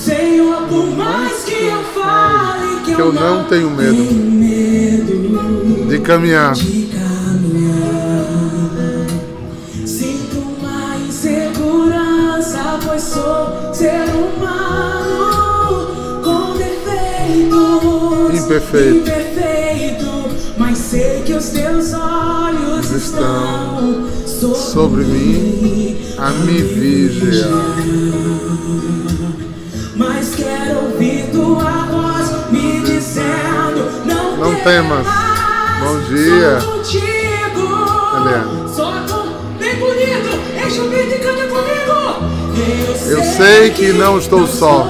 Senhor, por mais que eu fale que eu não tenho medo de caminhar. Sinto uma insegurança, pois sou ser humano com defeitos, imperfeito, mas sei que os teus olhos estão sobre mim a me vigiar. Mas quero ouvir tua voz me dizendo: não temas. Bom dia. Sou contigo. Bem bonito. Enche o beat e canta comigo. Eu sei que não estou só,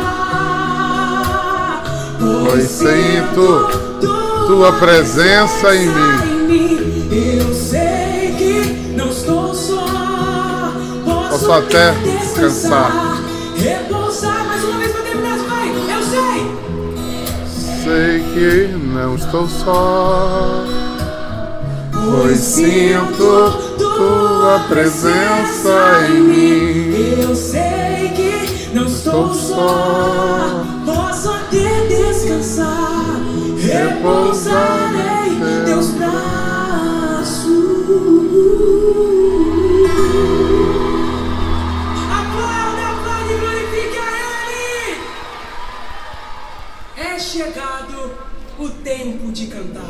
pois sinto tua presença em mim. Eu sei que não estou só. Posso até descansar. Repousar mais uma vez pra terminar, vai. Eu sei que não estou só, pois sinto tua presença em mim. Eu sei que não estou só, posso até descansar, repousar em teus braços. Aplaude e glorifique a Ele. É chegado o tempo de cantar.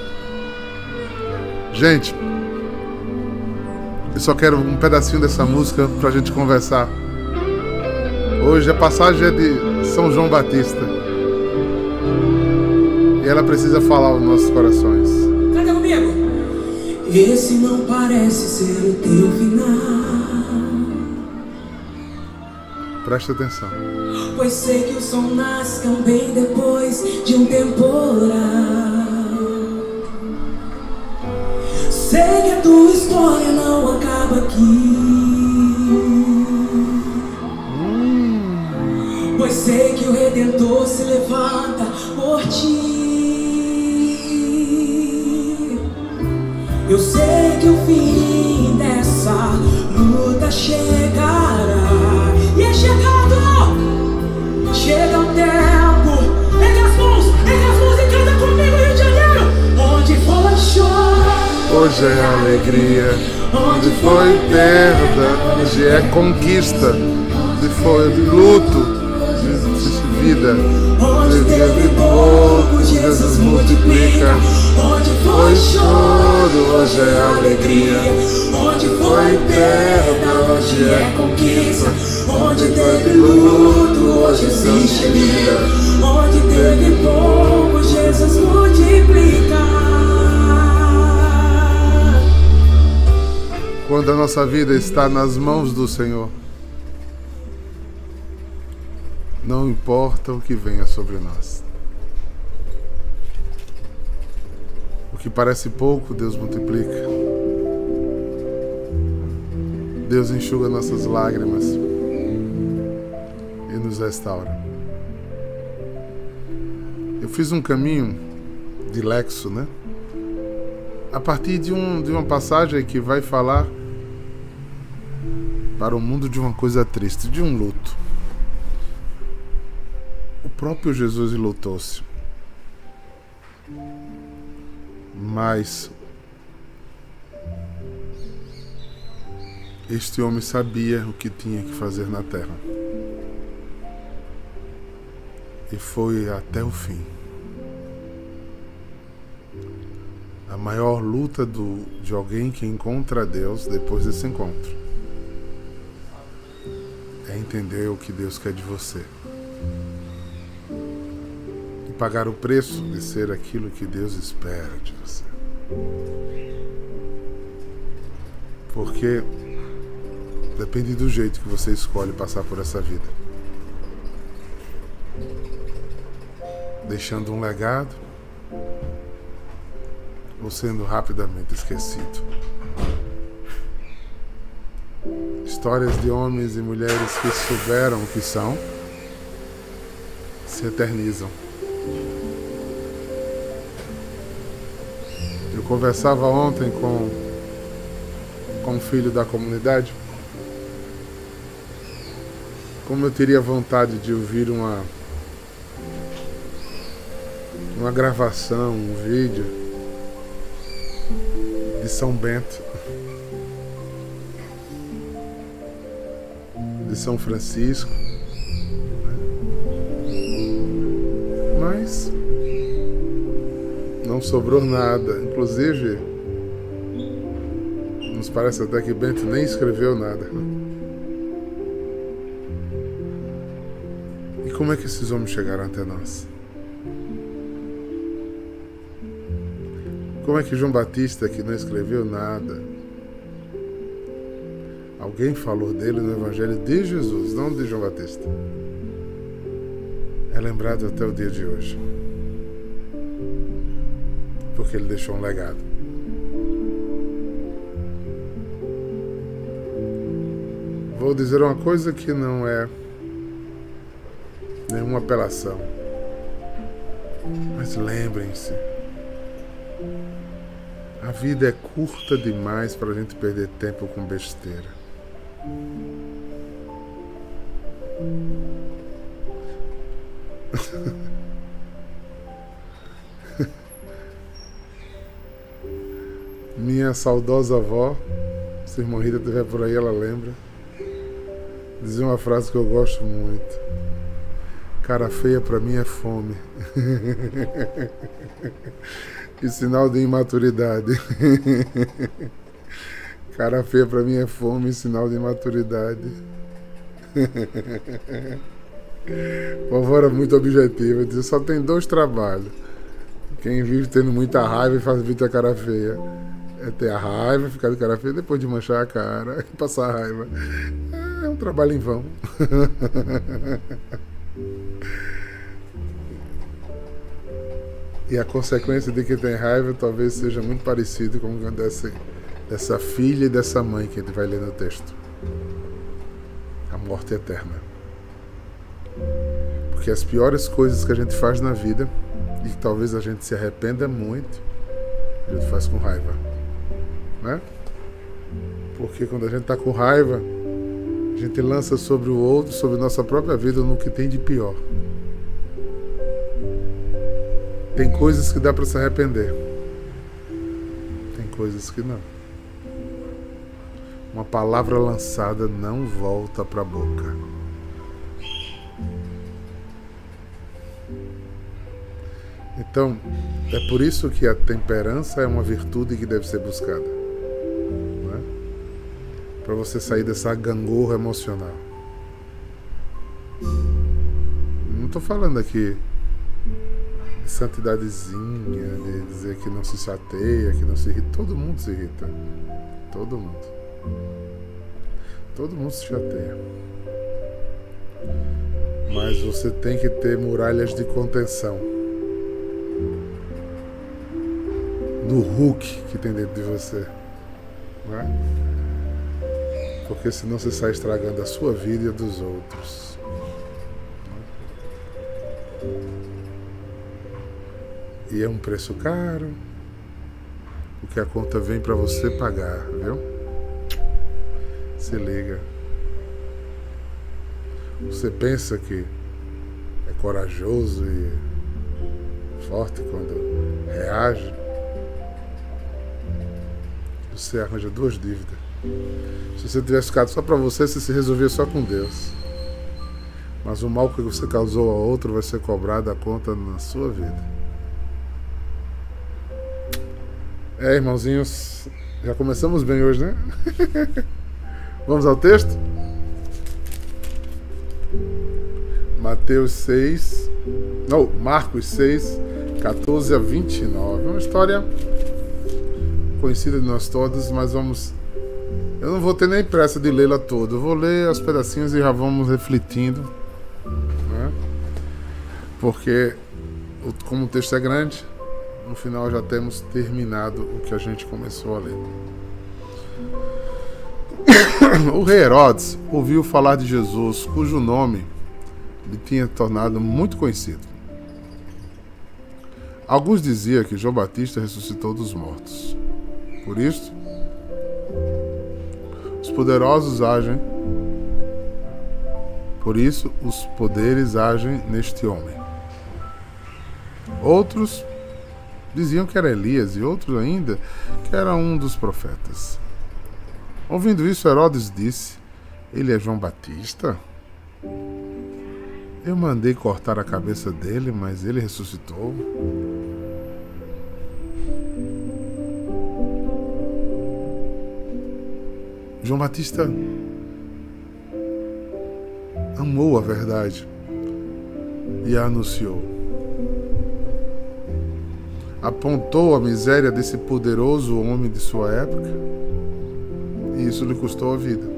Gente, eu só quero um pedacinho dessa música pra gente conversar. Hoje a passagem é de São João Batista e ela precisa falar aos nossos corações. Canta comigo. Esse não parece ser o teu final. Presta atenção. Pois sei que o sol nasce também depois de um temporal. Sei que a tua história não acaba aqui. Pois sei que o Redentor se levanta por ti. Eu sei que o fim dessa luta chegará. E é chegado. Chega o tempo. Ergue as mãos e canta comigo, Rio de Janeiro. Onde foi choro, hoje é alegria. Onde foi perda, hoje é conquista. Onde foi luto, vida. Onde teve pouco, Jesus multiplica. Onde foi choro, hoje é alegria. Onde foi perda, hoje é conquista. Onde teve luto, hoje existe vida. Onde teve pouco, Jesus multiplica. Quando a nossa vida está nas mãos do Senhor, não importa o que venha sobre nós. O que parece pouco, Deus multiplica. Deus enxuga nossas lágrimas e nos restaura. Eu fiz um caminho de lexo, né? A partir de uma passagem que vai falar para o mundo de uma coisa triste, de um luto. O próprio Jesus lutou-se. Mas este homem sabia o que tinha que fazer na terra. E foi até o fim. A maior luta de alguém que encontra Deus depois desse encontro é entender o que Deus quer de você. E pagar o preço de ser aquilo que Deus espera de você. Porque depende do jeito que você escolhe passar por essa vida. Deixando um legado ou sendo rapidamente esquecido. Histórias de homens e mulheres que souberam o que são se eternizam. Eu conversava ontem com um filho da comunidade Como eu teria vontade de ouvir uma gravação, um vídeo de São Bento, de São Francisco, mas não sobrou nada. Inclusive, nos parece até que Bento nem escreveu nada. E como é que esses homens chegaram até nós? Como é que João Batista, que não escreveu nada, alguém falou dele no Evangelho de Jesus, não de João Batista, é lembrado até o dia de hoje? Porque ele deixou um legado. Vou dizer uma coisa que não é nenhuma apelação, mas lembrem-se, a vida é curta demais para a gente perder tempo com besteira. Minha saudosa avó, se a irmã Rita estiver por aí, ela lembra, dizia uma frase que eu gosto muito: cara feia pra mim é fome. E sinal de imaturidade. Cara feia pra mim é fome e sinal de imaturidade. Vovó era muito objetiva, dizia: só tem 2 trabalhos. Quem vive tendo muita raiva e faz muita cara feia é ter a raiva, ficar de cara feia, depois de manchar a cara e passar a raiva. É um trabalho em vão. E a consequência de quem tem raiva talvez seja muito parecido com o dessa filha e dessa mãe que a gente vai ler no texto. A morte eterna. Porque as piores coisas que a gente faz na vida, e que talvez a gente se arrependa muito, a gente faz com raiva, né? Porque quando a gente está com raiva, a gente lança sobre o outro, sobre nossa própria vida, no que tem de pior. Tem coisas que dá para se arrepender, tem coisas que não. Uma palavra lançada não volta para a boca. Então, é por isso que a temperança é uma virtude que deve ser buscada, né? Para você sair dessa gangorra emocional. Não estou falando aqui de santidadezinha, de dizer que não se chateia, que não se irrita. Todo mundo se irrita. Todo mundo. Todo mundo se chateia. Mas você tem que ter muralhas de contenção do Hulk que tem dentro de você, né? Porque senão você sai estragando a sua vida e a dos outros. E é um preço caro, porque a conta vem para você pagar, viu? Se liga. Você pensa que é corajoso e forte quando reage, você arranja 2 dívidas. Se você tivesse ficado só para você se resolvia só com Deus. Mas o mal que você causou a outro vai ser cobrado a conta na sua vida. Irmãozinhos, já começamos bem hoje, né? Vamos ao texto? Marcos 6, 14 a 29. Uma história conhecida de nós todos, mas eu não vou ter nem pressa de lê-la toda. Eu vou ler os pedacinhos e já vamos refletindo, né? Porque, como o texto é grande, no final já temos terminado o que a gente começou a ler. O rei Herodes ouviu falar de Jesus, cujo nome lhe tinha tornado muito conhecido. Alguns diziam que João Batista ressuscitou dos mortos. Por isso, os poderosos agem Por isso os poderes agem neste homem. Outros diziam que era Elias e outros ainda que era um dos profetas. Ouvindo isso, Herodes disse: ele é João Batista? Eu mandei cortar a cabeça dele, mas ele ressuscitou. João Batista amou a verdade e a anunciou. Apontou a miséria desse poderoso homem de sua época, e isso lhe custou a vida.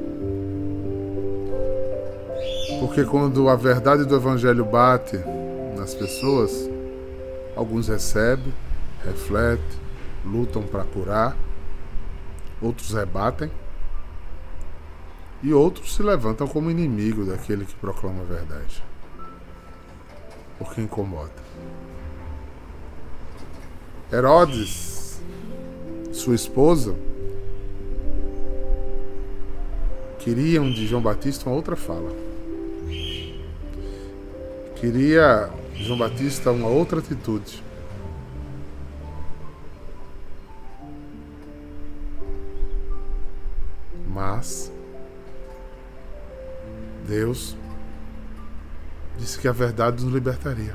Porque quando a verdade do Evangelho bate nas pessoas, alguns recebem, refletem, lutam para curar, outros rebatem, e outros se levantam como inimigo daquele que proclama a verdade, porque incomoda. Herodes, sua esposa, queriam de João Batista uma outra fala. Queria de João Batista uma outra atitude. Mas Deus disse que a verdade nos libertaria.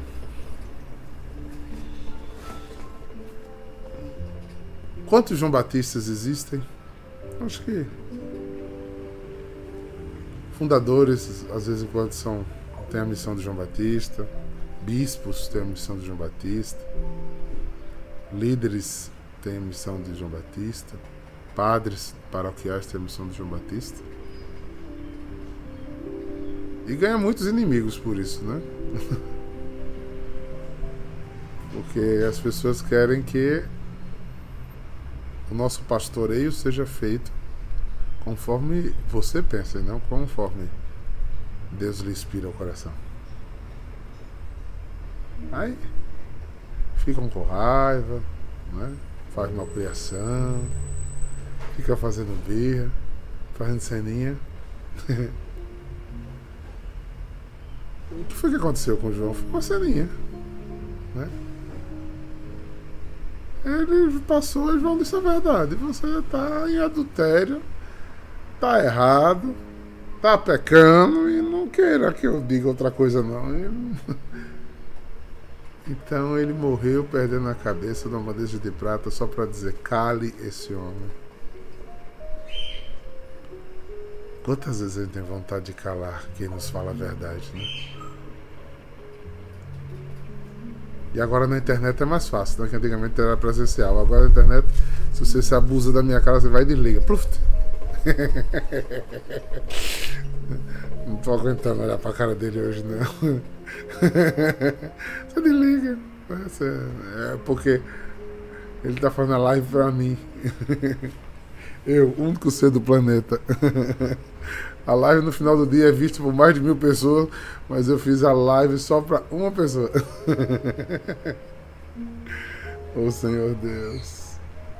Quantos João Batistas existem? Acho que fundadores, às vezes, enquanto têm a missão de João Batista, bispos têm a missão de João Batista, líderes têm a missão de João Batista, padres paroquiais têm a missão de João Batista. E ganha muitos inimigos por isso, né? Porque as pessoas querem que o nosso pastoreio seja feito conforme você pensa, e não conforme Deus lhe inspira o coração. Aí ficam com raiva, né? Faz malcriação, fica fazendo birra, fazendo ceninha. O que foi que aconteceu com o João? Foi uma ceninha, né? Ele passou e João disse a verdade. Você está em adultério, está errado, está pecando, e não queira que eu diga outra coisa não. Então ele morreu perdendo a cabeça numa bandeja de prata só para dizer: cale esse homem. Quantas vezes a gente tem vontade de calar quem nos fala a verdade, né? E agora na internet é mais fácil, né? Que antigamente era presencial. Agora na internet, se você se abusa da minha cara, você vai e desliga. Pluf. Não tô aguentando olhar pra cara dele hoje, não. Você desliga. É porque ele tá fazendo a live pra mim. Eu, o único ser do planeta. A live no final do dia é vista por mais de 1000 pessoas, mas eu fiz a live só para uma pessoa. Oh Senhor Deus.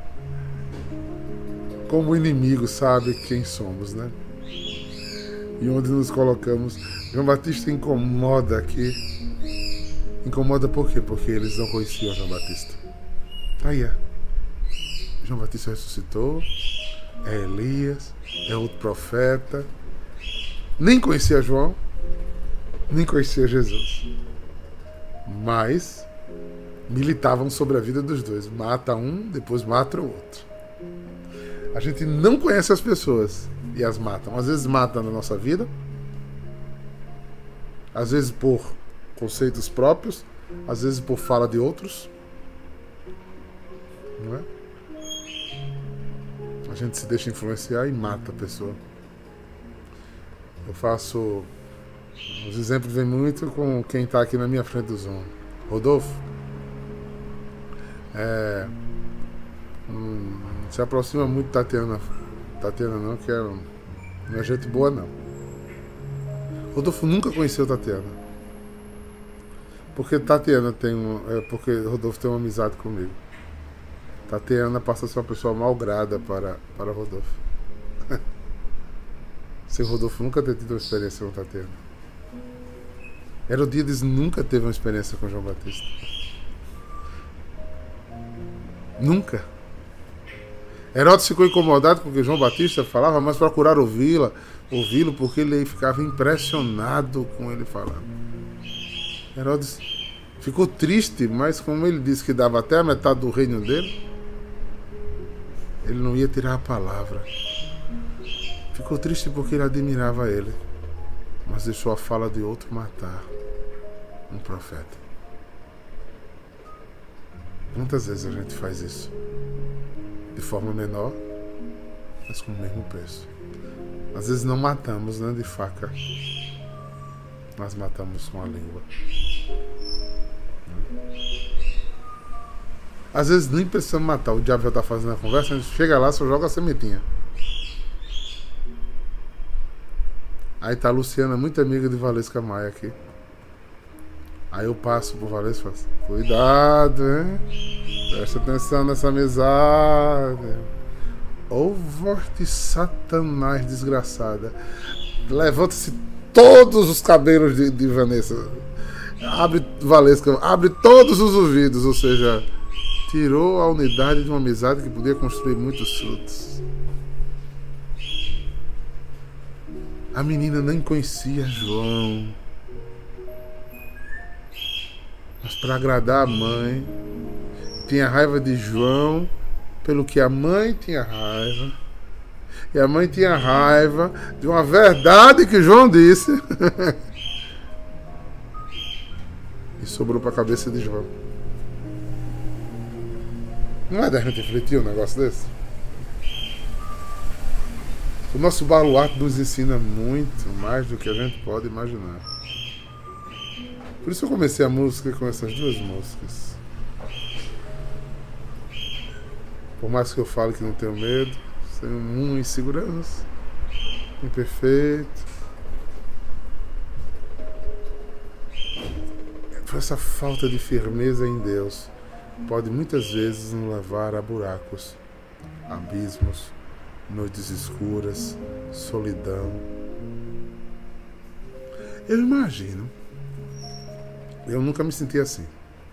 Como o inimigo sabe quem somos, né? E onde nos colocamos. João Batista incomoda aqui. Incomoda por quê? Porque eles não conheciam João Batista. Aí é. João Batista ressuscitou. É Elias. É outro profeta. Nem conhecia João, nem conhecia Jesus, mas militavam sobre a vida dos dois. Mata um, depois mata o outro. A gente não conhece as pessoas e as matam. Às vezes matam na nossa vida, às vezes por conceitos próprios, às vezes por fala de outros, não é? A gente se deixa influenciar e mata a pessoa. Eu faço... Os exemplos vêm muito com quem está aqui na minha frente do Zoom. Rodolfo. Se aproxima muito de Tatiana. Tatiana não, que não é gente boa não. Rodolfo nunca conheceu Tatiana. Porque Tatiana tem porque Rodolfo tem uma amizade comigo. Tatiana passa a ser uma pessoa malgrada para Rodolfo. Sem Rodolfo nunca ter tido uma experiência com Tatiana. Herodíades nunca teve uma experiência com João Batista. Nunca. Herodes ficou incomodado com o que João Batista falava, mas procuraram ouvi-lo porque ele ficava impressionado com ele falando. Herodes ficou triste, mas como ele disse que dava até a metade do reino dele, ele não ia tirar a palavra. Ficou triste porque ele admirava ele, mas deixou a fala de outro matar um profeta. Quantas vezes a gente faz isso? De forma menor, mas com o mesmo peso. Às vezes não matamos, né, de faca, mas matamos com a língua. Às vezes nem precisamos matar, o diabo já está fazendo a conversa, a gente chega lá, só joga a sementinha. Aí tá a Luciana, muito amiga de Valesca Maia aqui. Aí eu passo por Valesca e falo assim, cuidado, hein? Presta atenção nessa amizade. Ô voz de Satanás desgraçada. Levanta-se todos os cabelos de Vanessa. Abre, Valesca, abre todos os ouvidos, ou seja, tirou a unidade de uma amizade que podia construir muitos frutos. A menina nem conhecia João, mas para agradar a mãe, tinha raiva de João pelo que a mãe tinha raiva, e a mãe tinha raiva de uma verdade que João disse e sobrou para a cabeça de João. Não é da gente refletir um negócio desse? O nosso baluarte nos ensina muito mais do que a gente pode imaginar. Por isso eu comecei a música com essas duas músicas. Por mais que eu fale que não tenho medo, tenho muita insegurança, imperfeito. Essa falta de firmeza em Deus pode muitas vezes nos levar a buracos, abismos, noites escuras, solidão. Eu imagino, eu nunca me senti assim,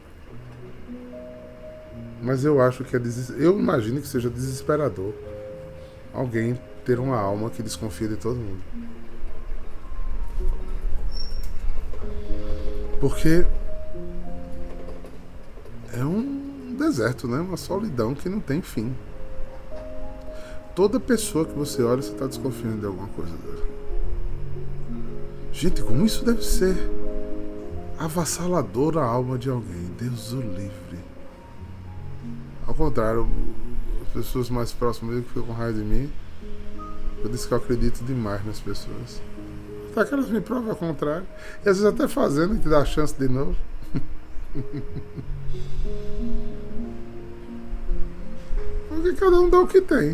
mas eu acho que eu imagino que seja desesperador alguém ter uma alma que desconfia de todo mundo, porque é um deserto, né? Uma solidão que não tem fim. Toda pessoa que você olha, você está desconfiando de alguma coisa dela. Gente, como isso deve ser avassalador a alma de alguém. Deus o livre. Ao contrário, as pessoas mais próximas que ficam com raiva de mim, eu disse que eu acredito demais nas pessoas. Até que elas me provam ao contrário. E às vezes até fazendo, e te dá a chance de novo. Porque cada um dá o que tem.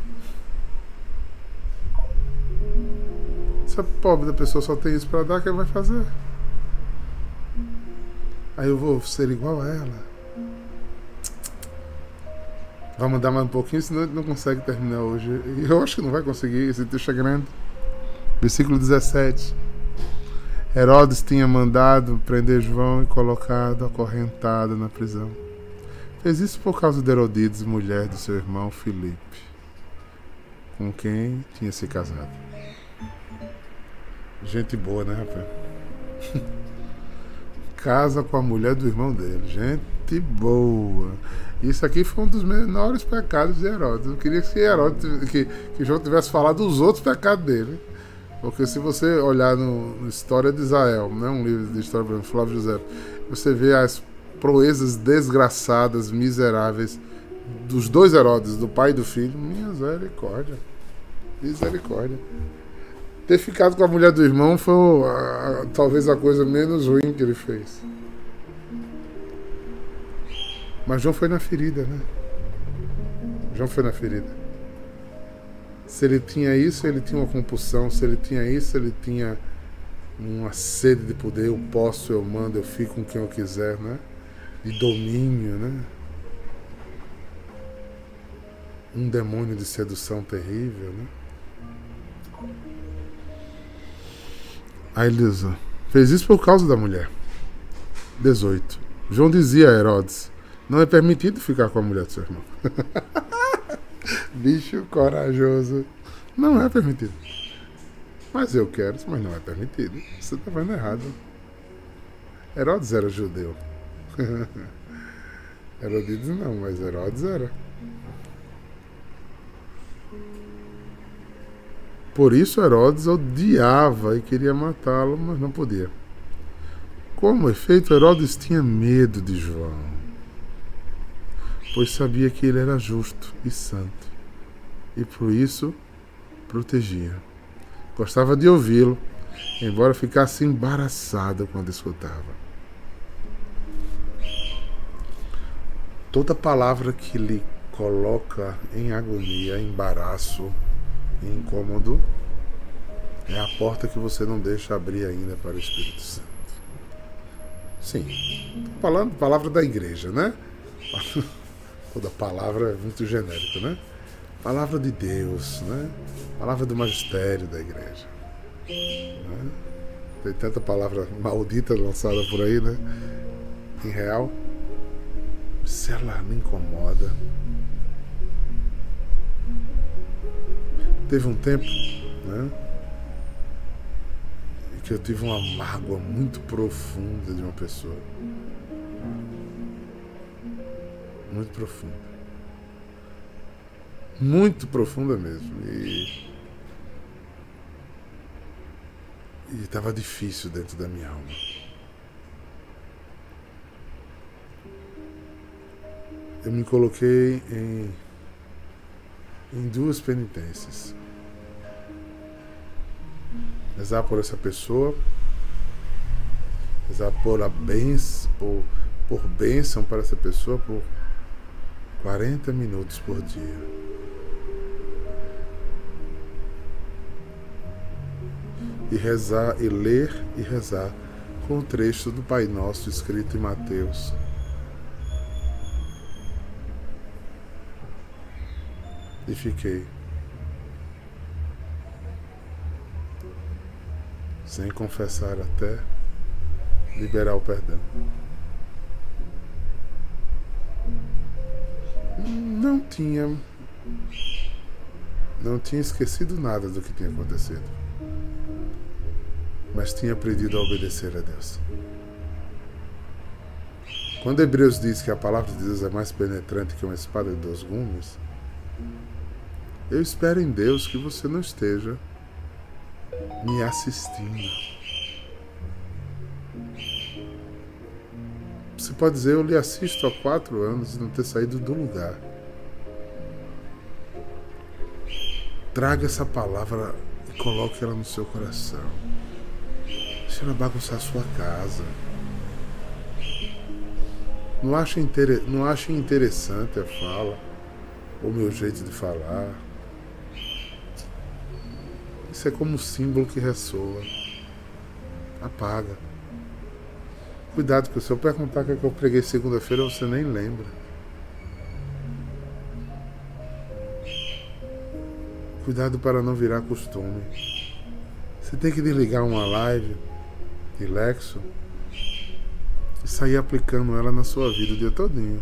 Se a pobre da pessoa só tem isso para dar, o que ela vai fazer? Aí eu vou ser igual a ela. Vamos andar mais um pouquinho, senão a gente não consegue terminar hoje. E eu acho que não vai conseguir, esse texto é grande. Versículo 17. Herodes tinha mandado prender João e colocado acorrentado na prisão. Fez isso por causa de Herodíades, mulher do seu irmão Filipe, com quem tinha se casado. Gente boa, né, rapaz? Casa com a mulher do irmão dele. Gente boa. Isso aqui foi um dos menores pecados de Herodes. Eu queria que João tivesse falado dos outros pecados dele. Porque se você olhar no História de Israel, né, um livro de história por Flávio José, você vê as proezas desgraçadas, miseráveis dos dois Herodes, do pai e do filho. Misericórdia. Misericórdia. Ter ficado com a mulher do irmão foi talvez a coisa menos ruim que ele fez. Mas João foi na ferida, né? João foi na ferida. Se ele tinha isso, ele tinha uma compulsão. Se ele tinha isso, ele tinha uma sede de poder. Eu posso, eu mando, eu fico com quem eu quiser, né? De domínio, né? Um demônio de sedução terrível, né? Aí ele diz, Fez isso por causa da mulher. 18. João dizia a Herodes: não é permitido ficar com a mulher do seu irmão. Bicho corajoso. Não é permitido. Mas eu quero, mas não é permitido. Você está vendo errado. Herodes era judeu. Herodes não, mas Herodes era. Por isso Herodes odiava e queria matá-lo, mas não podia. Como efeito, Herodes tinha medo de João, pois sabia que ele era justo e santo, e por isso protegia. Gostava de ouvi-lo, embora ficasse embaraçado quando escutava. Toda palavra que lhe coloca em agonia, embaraço, incômodo, é a porta que você não deixa abrir ainda para o Espírito Santo. Sim, estou falando palavra da igreja, né? Toda palavra é muito genérica, né? Palavra de Deus, né? Palavra do magistério da igreja, né? Tem tanta palavra maldita lançada por aí, né? Em real, se ela me incomoda. Teve um tempo, né, que eu tive uma mágoa muito profunda de uma pessoa. Muito profunda. Muito profunda mesmo. E estava difícil dentro da minha alma. Eu me coloquei em duas penitências. Rezar por essa pessoa, rezar por bênção para essa pessoa por 40 minutos por dia. E rezar, e ler e rezar com o trecho do Pai Nosso escrito em Mateus. E fiquei sem confessar até liberar o perdão. Não tinha esquecido nada do que tinha acontecido, mas tinha aprendido a obedecer a Deus. Quando Hebreus diz que a palavra de Deus é mais penetrante que uma espada de 2 gumes, eu espero em Deus que você não esteja me assistindo. Você pode dizer: eu lhe assisto há 4 anos e não ter saído do lugar. Traga essa palavra e coloque ela no seu coração. Deixa ela bagunçar a sua casa. Não ache interessante a fala, o meu jeito de falar. Isso é como um símbolo que ressoa. Apaga. Cuidado, que se eu perguntar o que eu preguei segunda-feira, você nem lembra. Cuidado para não virar costume. Você tem que desligar uma live de Lexo e sair aplicando ela na sua vida o dia todinho.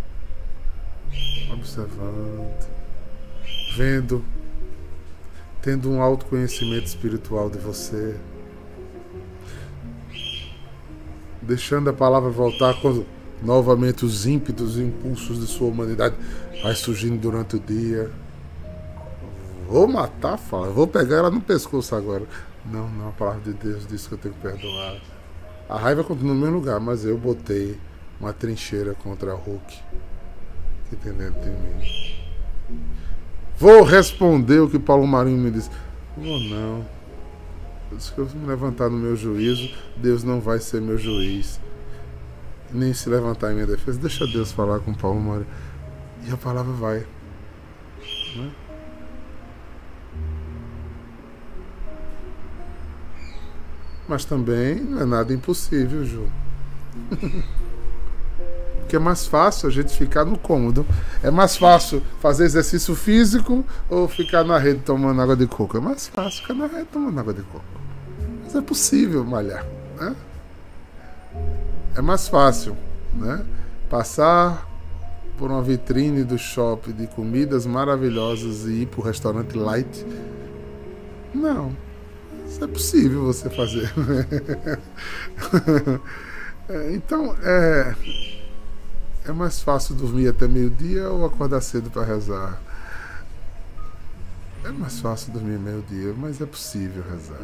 Observando, vendo, tendo um autoconhecimento espiritual de você, deixando a palavra voltar quando novamente os ímpetos e impulsos de sua humanidade vai surgindo durante o dia. Vou matar a fala, vou pegar ela no pescoço agora. Não, a palavra de Deus diz que eu tenho que perdoar. A raiva continua no mesmo lugar, mas eu botei uma trincheira contra a Hulk que tem dentro de mim. Vou responder o que Paulo Marinho me disse. Vou não. Se eu me levantar no meu juízo, Deus não vai ser meu juiz, nem se levantar em minha defesa. Deixa Deus falar com Paulo Marinho e a palavra vai, né? Mas também não é nada impossível, Ju. Porque é mais fácil a gente ficar no cômodo. É mais fácil fazer exercício físico ou ficar na rede tomando água de coco. É mais fácil ficar na rede tomando água de coco. Mas é possível malhar. né? É mais fácil, né? Passar por uma vitrine do shopping de comidas maravilhosas e ir para o restaurante light. Não. Isso é possível você fazer. Então, é mais fácil dormir até meio-dia ou acordar cedo para rezar? É mais fácil dormir meio-dia, mas é possível rezar.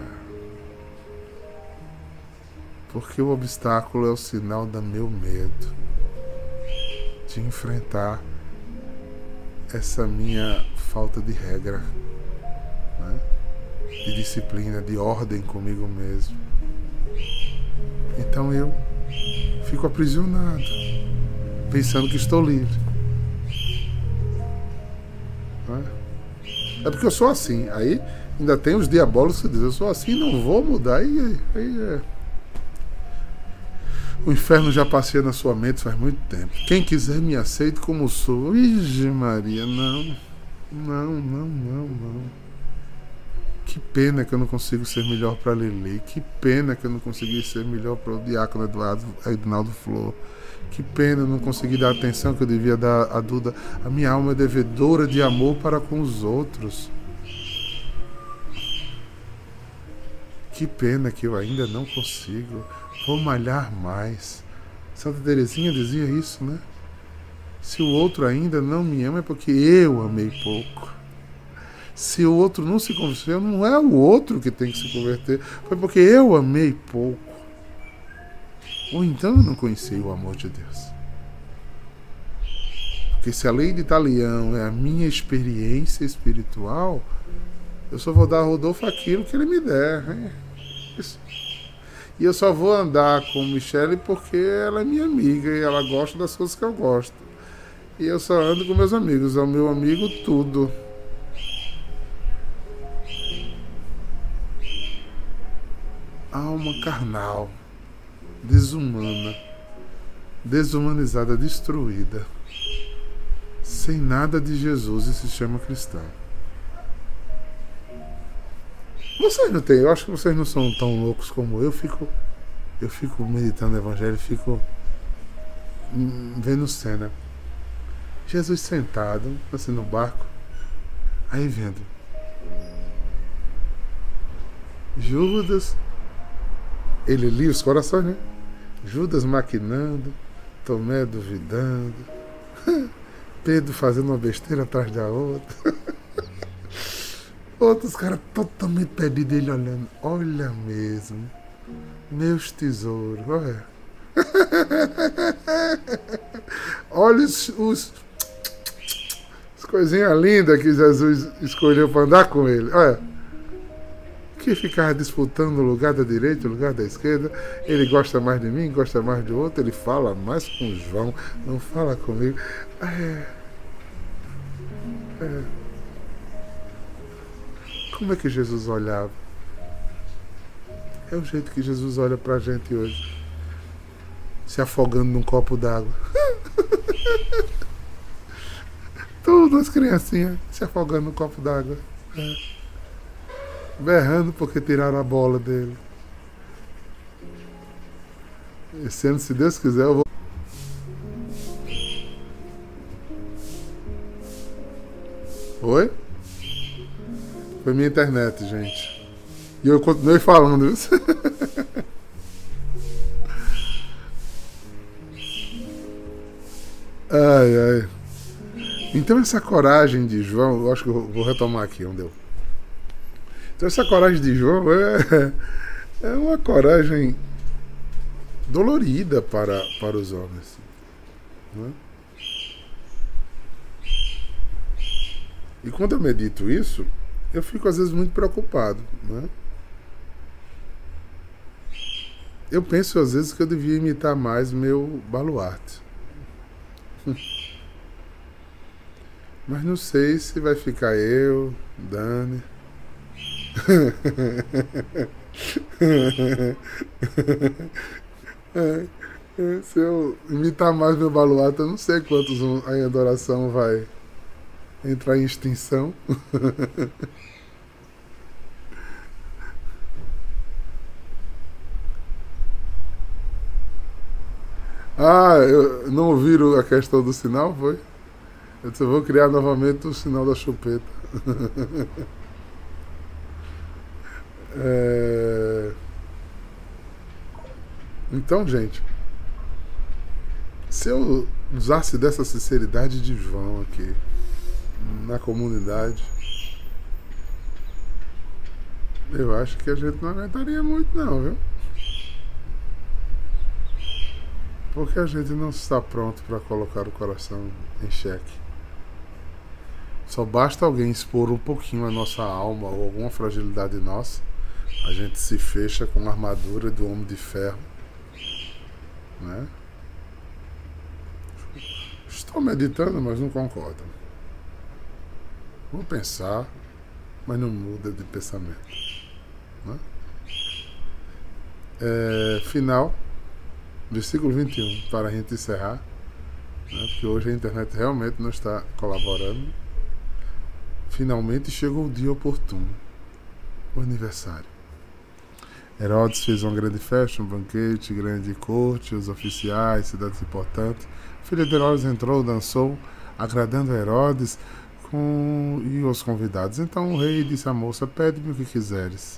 Porque o obstáculo é o sinal do meu medo de enfrentar essa minha falta de regra, né? De disciplina, de ordem comigo mesmo. Então eu fico aprisionado, pensando que estou livre. Né? É porque eu sou assim. Aí ainda tem os diabólicos que dizem, eu sou assim, não vou mudar. Aí o inferno já passeia na sua mente faz muito tempo. Quem quiser me aceite como sou. Ixi Maria, não. Que pena que eu não consigo ser melhor para Lili. Que pena que eu não consegui ser melhor para o diácono Edinaldo Flor. Que pena eu não consegui dar a atenção que eu devia dar a Duda. A minha alma é devedora de amor para com os outros. Que pena que eu ainda não consigo. Vou malhar mais. Santa Teresinha dizia isso, né? Se o outro ainda não me ama é porque eu amei pouco. Se o outro não se converteu, não é o outro que tem que se converter. Foi porque eu amei pouco. Ou então eu não conheci o amor de Deus. Porque se a lei de Italião é a minha experiência espiritual, eu só vou dar a Rodolfo aquilo que ele me der. Hein? Isso. E eu só vou andar com Michele porque ela é minha amiga e ela gosta das coisas que eu gosto. E eu só ando com meus amigos. É o meu amigo tudo. Alma carnal, desumana, desumanizada, destruída, sem nada de Jesus e se chama cristão. Vocês não têm, eu acho que vocês não são tão loucos como eu. Eu fico meditando o evangelho, fico vendo cena. Jesus sentado, assim no barco, aí vendo Judas, ele lia os corações, né? Judas maquinando, Tomé duvidando, Pedro fazendo uma besteira atrás da outra. Outros caras totalmente perdidos, ele olhando. Olha mesmo. Meus tesouros, olha. Olha as coisinhas lindas que Jesus escolheu para andar com ele. Olha. Que ficava disputando o lugar da direita, o lugar da esquerda. Ele gosta mais de mim, gosta mais do outro. Ele fala mais com João, não fala comigo. Como é que Jesus olhava? É o jeito que Jesus olha pra gente hoje. Se afogando num copo d'água. Todas as criancinhas se afogando num copo d'água. Berrando porque tiraram a bola dele. Esse ano, se Deus quiser, eu vou... Oi? Foi minha internet, gente. E eu continuei falando isso. Ai. Então essa coragem de João, eu acho que eu vou retomar aqui onde eu... Então essa coragem de João é uma coragem dolorida para os homens. Né? E quando eu medito isso, eu fico às vezes muito preocupado. Né? Eu penso às vezes que eu devia imitar mais meu baluarte. Mas não sei se vai ficar eu, Dani. Se eu imitar mais meu baluarte, eu não sei quantos a adoração vai entrar em extinção. Ah, não ouviram a questão do sinal, foi? Eu disse, eu vou criar novamente o sinal da chupeta. É... Então, gente, se eu usasse dessa sinceridade de João aqui na comunidade, eu acho que a gente não aguentaria muito não, viu? Porque a gente não está pronto para colocar o coração em xeque. Só basta alguém expor um pouquinho a nossa alma ou alguma fragilidade nossa, a gente se fecha com a armadura do homem de ferro, né? Estou meditando, mas não concordo. Vou pensar, mas não muda de pensamento, né? Final, versículo 21, para a gente encerrar, né? Porque hoje a internet realmente não está colaborando. Finalmente chegou o dia oportuno, o aniversário. Herodes fez uma grande festa, um banquete, grande corte, os oficiais, cidades importantes. A filha de Herodes entrou, dançou, agradando a Herodes e os convidados. Então o rei disse à moça, pede-me o que quiseres.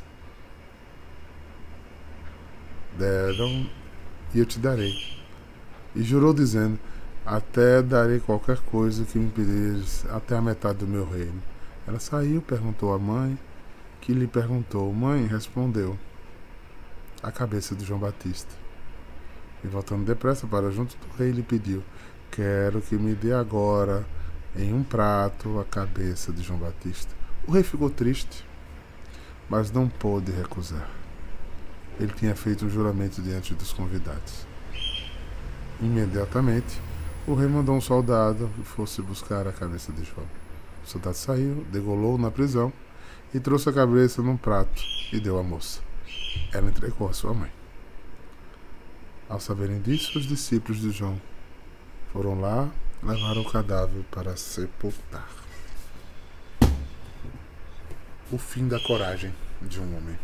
Deram, e eu te darei. E jurou dizendo, até darei qualquer coisa que me pedires, até a metade do meu reino. Ela saiu, perguntou à mãe, que lhe perguntou. Mãe respondeu, a cabeça de João Batista. E voltando depressa para junto do rei, lhe pediu, quero que me dê agora, em um prato, a cabeça de João Batista. O rei ficou triste, mas não pôde recusar. Ele tinha feito um juramento diante dos convidados. Imediatamente, o rei mandou um soldado que fosse buscar a cabeça de João. O soldado saiu, degolou na prisão e trouxe a cabeça num prato e deu à moça. Ela entregou a sua mãe. Ao saberem disso, os discípulos de João foram lá, levaram o cadáver para sepultar. O fim da coragem de um homem.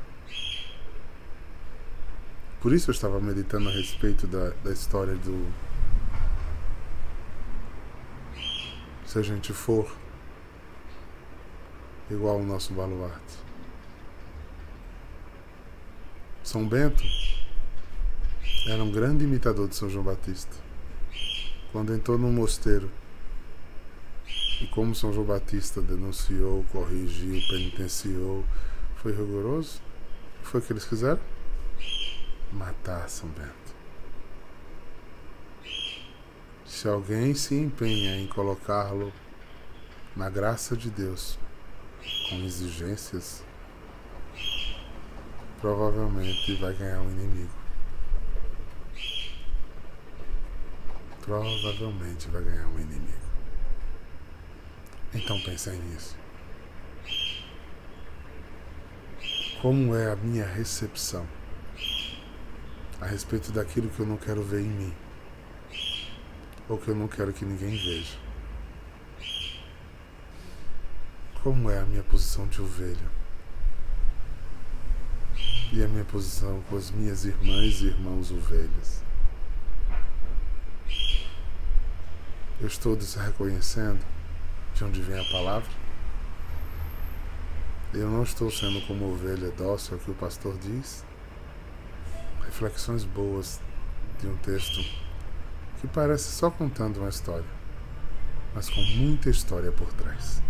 Por isso eu estava meditando a respeito da história do... Se a gente for igual ao nosso baluarte. São Bento era um grande imitador de São João Batista. Quando entrou no mosteiro, e como São João Batista denunciou, corrigiu, penitenciou, foi rigoroso, o que foi que eles quiseram? Matar São Bento. Se alguém se empenha em colocá-lo na graça de Deus, com exigências, provavelmente vai ganhar um inimigo. Provavelmente vai ganhar um inimigo. Então pensem nisso. Como é a minha recepção a respeito daquilo que eu não quero ver em mim, ou que eu não quero que ninguém veja? Como é a minha posição de ovelha? E a minha posição com as minhas irmãs e irmãos ovelhas? Eu estou reconhecendo de onde vem a palavra? Eu não estou sendo como ovelha dócil ao que o pastor diz? Reflexões boas de um texto que parece só contando uma história, mas com muita história por trás.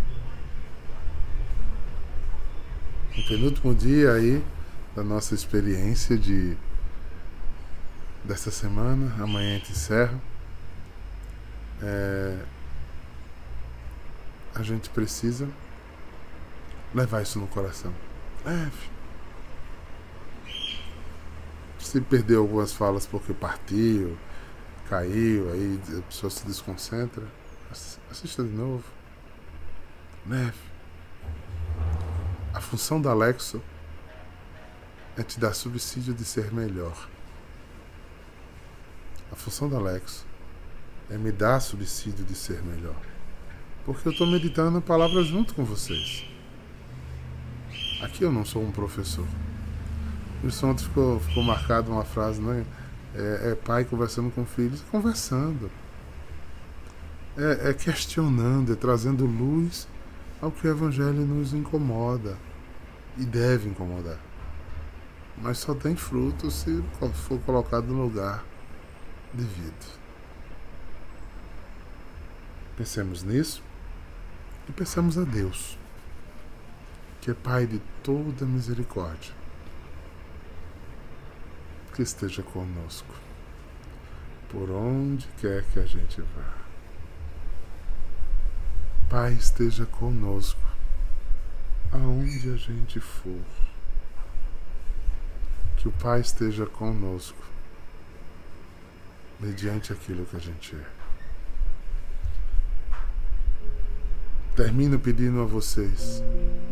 No penúltimo dia aí da nossa experiência desta semana, amanhã a gente encerra. A gente precisa levar isso no coração. Se perdeu algumas falas porque partiu, caiu, aí a pessoa se desconcentra, assista de novo. Leve. A função da Alexo é te dar subsídio de ser melhor. A função da Alexo é me dar subsídio de ser melhor. Porque eu estou meditando a palavra junto com vocês. Aqui eu não sou um professor. Isso ontem ficou marcado uma frase, né? É pai conversando com filhos, conversando. É questionando, é trazendo luz ao que o Evangelho nos incomoda e deve incomodar. Mas só tem fruto se for colocado no lugar devido. Pensemos nisso e pensemos a Deus, que é Pai de toda misericórdia, que esteja conosco, por onde quer que a gente vá. Pai, esteja conosco, aonde a gente for. Que o Pai esteja conosco, mediante aquilo que a gente é. Termino pedindo a vocês: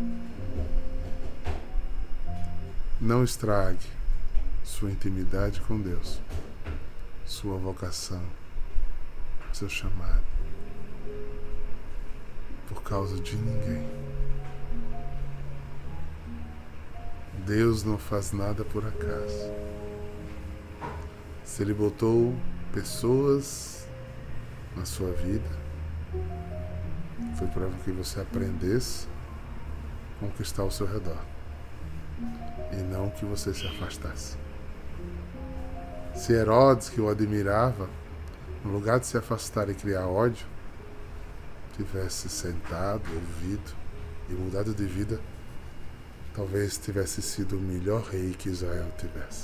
não estrague sua intimidade com Deus, sua vocação, seu chamado, por causa de ninguém. Deus não faz nada por acaso. Se Ele botou pessoas na sua vida, foi para que você aprendesse com o que está ao seu redor e não que você se afastasse. Se Herodes, que o admirava, no lugar de se afastar e criar ódio, tivesse sentado, ouvido e mudado de vida, talvez tivesse sido o melhor rei que Israel tivesse.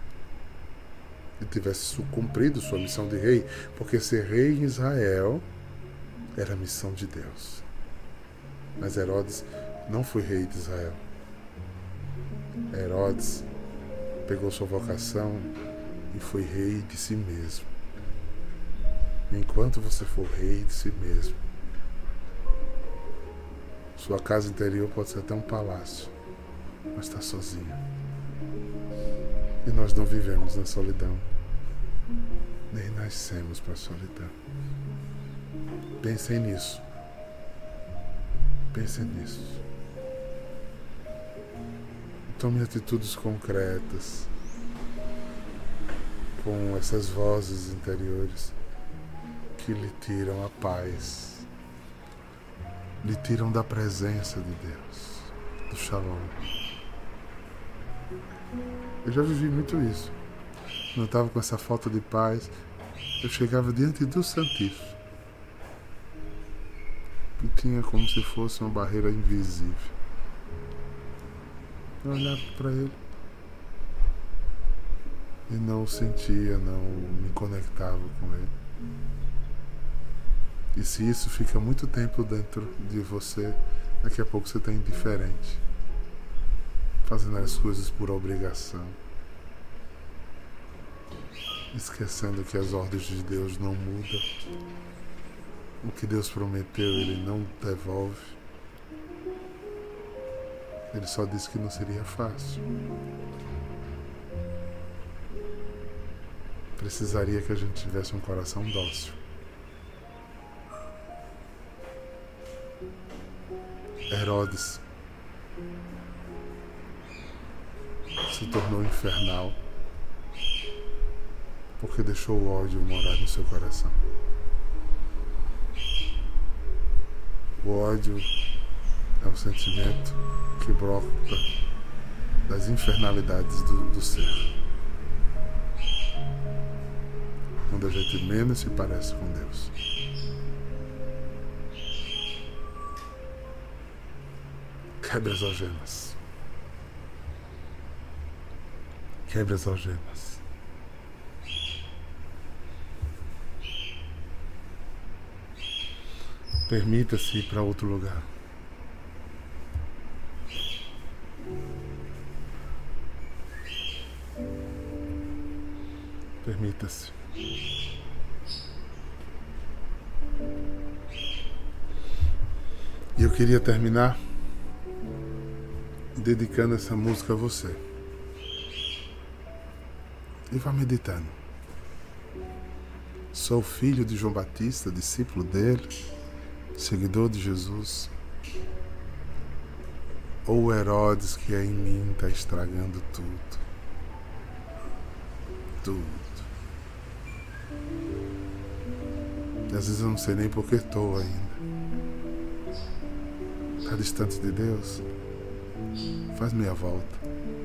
E tivesse cumprido sua missão de rei, porque ser rei em Israel era a missão de Deus. Mas Herodes não foi rei de Israel. Herodes pegou sua vocação e foi rei de si mesmo. Enquanto você for rei de si mesmo, sua casa interior pode ser até um palácio, mas está sozinho. E nós não vivemos na solidão, nem nascemos para a solidão. Pensem nisso. Pensem nisso. Tome atitudes concretas com essas vozes interiores que lhe tiram a paz, lhe tiram da presença de Deus, do Shalom. Eu já vivi muito isso. Quando eu estava com essa falta de paz, eu chegava diante do Santíssimo e tinha como se fosse uma barreira invisível. Eu olhava para Ele e não o sentia, não me conectava com Ele. E se isso fica muito tempo dentro de você, daqui a pouco você está indiferente, fazendo as coisas por obrigação, esquecendo que as ordens de Deus não mudam. O que Deus prometeu, Ele não devolve. Ele só disse que não seria fácil. Precisaria que a gente tivesse um coração dócil. Herodes se tornou infernal porque deixou o ódio morar no seu coração. O ódio é o sentimento que brota das infernalidades do ser. Quando a gente menos se parece com Deus. Quebre as algemas. Quebre as algemas. Permita-se ir para outro lugar. Permita-se. E eu queria terminar dedicando essa música a você. E vá meditando. Sou filho de João Batista, discípulo dele, seguidor de Jesus. Ou Herodes que é em mim está estragando tudo. Tudo. E às vezes eu não sei nem por que estou ainda. Está distante de Deus? Faz meia volta.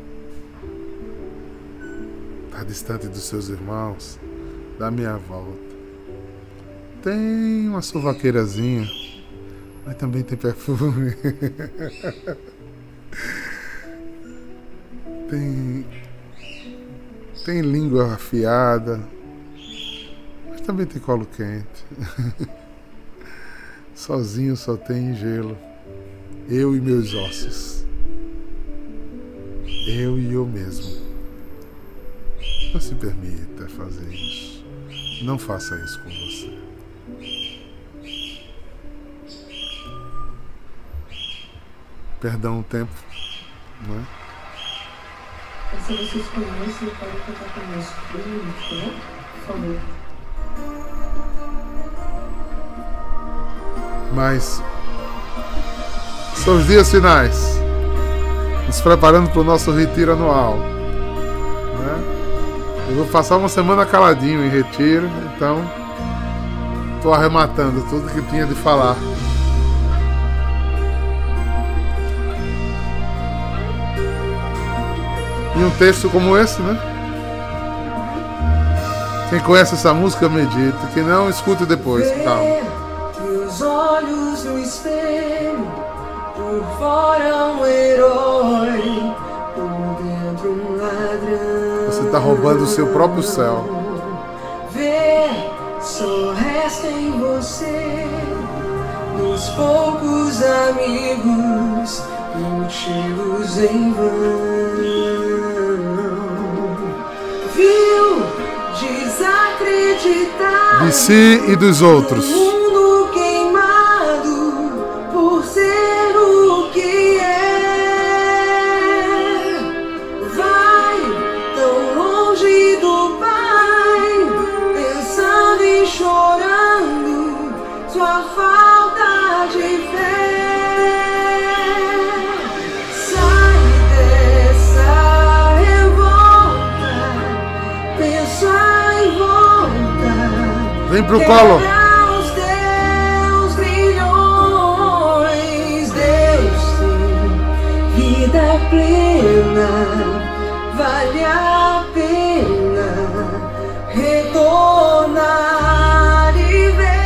Está distante dos seus irmãos? Dá meia volta. Tem uma sovaqueirazinha, mas também tem perfume. Tem língua afiada, mas também tem colo quente. Sozinho só tem gelo. Eu e meus ossos. Eu e eu mesmo. Não se permita fazer isso. Não faça isso com você. Perdão o tempo, não é? Se vocês conhecem, podem contar conosco. 2 minutos, tá bom? Por favor. Mas são os dias finais, nos preparando para o nosso retiro anual, né? Eu vou passar uma semana caladinho em retiro, então estou arrematando tudo que tinha de falar. E um texto como esse, né? Quem conhece essa música, medita. Quem não, escute depois, calma. Teus olhos no espelho, por fora um herói, por dentro um ladrão. Você está roubando o seu próprio céu. Vê, só resta em você, nos poucos amigos, motivos em vão. Viu, desacreditar De si e dos outros. mundo queimado por ser o que é. Vai tão longe do Pai, pensando e chorando sua falta de fé. Sai dessa revolta, pensa em volta. Vem pro colo. Quebra os teus grilhões, Deus tem vida plena, vale a pena retornar e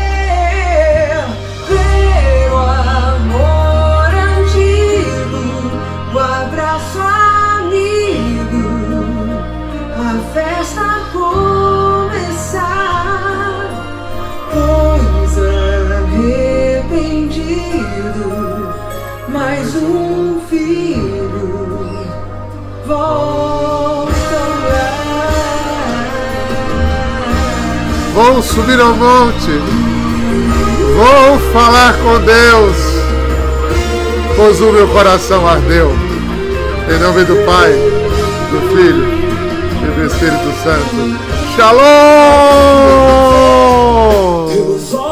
ver o amor antigo, o abraço amigo, a festa começar. Pois arrependido, mais um filho volta lá. Vou subir ao monte. Vou falar com Deus, pois o meu coração ardeu. Em nome do Pai, do Filho e do Espírito Santo. Shalom!